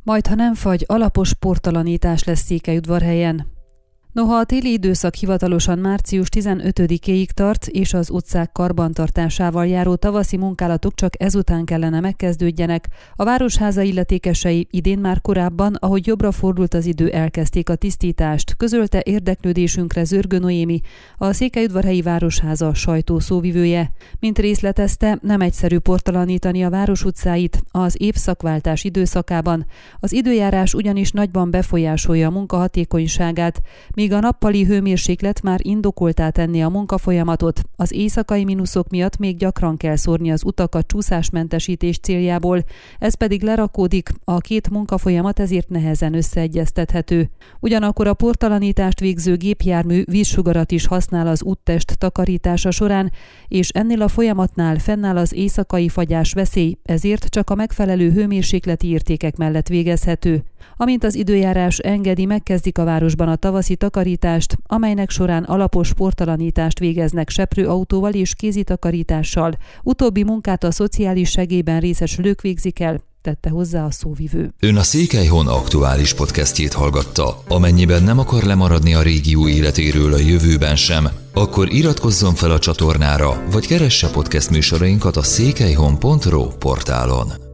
Majd, ha nem fagy, alapos portalanítás lesz Székelyudvarhelyen. Noha a téli időszak hivatalosan március 15-éig tart, és az utcák karbantartásával járó tavaszi munkálatok csak ezután kellene megkezdődjenek, a városháza illetékesei idén már korábban, ahogy jobbra fordult az idő, elkezdték a tisztítást, közölte érdeklődésünkre Zörgő Noémi, a Székelyudvarhelyi Városháza sajtószóvivője. Mint részletezte, nem egyszerű portalanítani a város utcáit az évszakváltás időszakában. Az időjárás ugyanis nagyban befolyásolja a munka hatékonyságát, míg a nappali hőmérséklet már indokoltá tenni a munkafolyamatot, az éjszakai mínuszok miatt még gyakran kell szórni az utakat csúszásmentesítés céljából, ez pedig lerakódik, a két munkafolyamat ezért nehezen összeegyeztethető. Ugyanakkor a portalanítást végző gépjármű vízsugarat is használ az úttest takarítása során, és ennél a folyamatnál fennáll az éjszakai fagyás veszély, ezért csak a megfelelő hőmérsékleti értékek mellett végezhető. Amint az időjárás engedi, megkezdik a városban a tavaszi takarítást, amelynek során alapos portalanítást végeznek seprőautóval és kézitakarítással. Utóbbi munkát a szociális segélyben részesülők végzik el, tette hozzá a szóvivő. Ön a Székelyhon aktuális podcastjét hallgatta. Amennyiben nem akar lemaradni a régió életéről a jövőben sem, akkor iratkozzon fel a csatornára, vagy keresse podcast műsorainkat a székelyhon.ro portálon.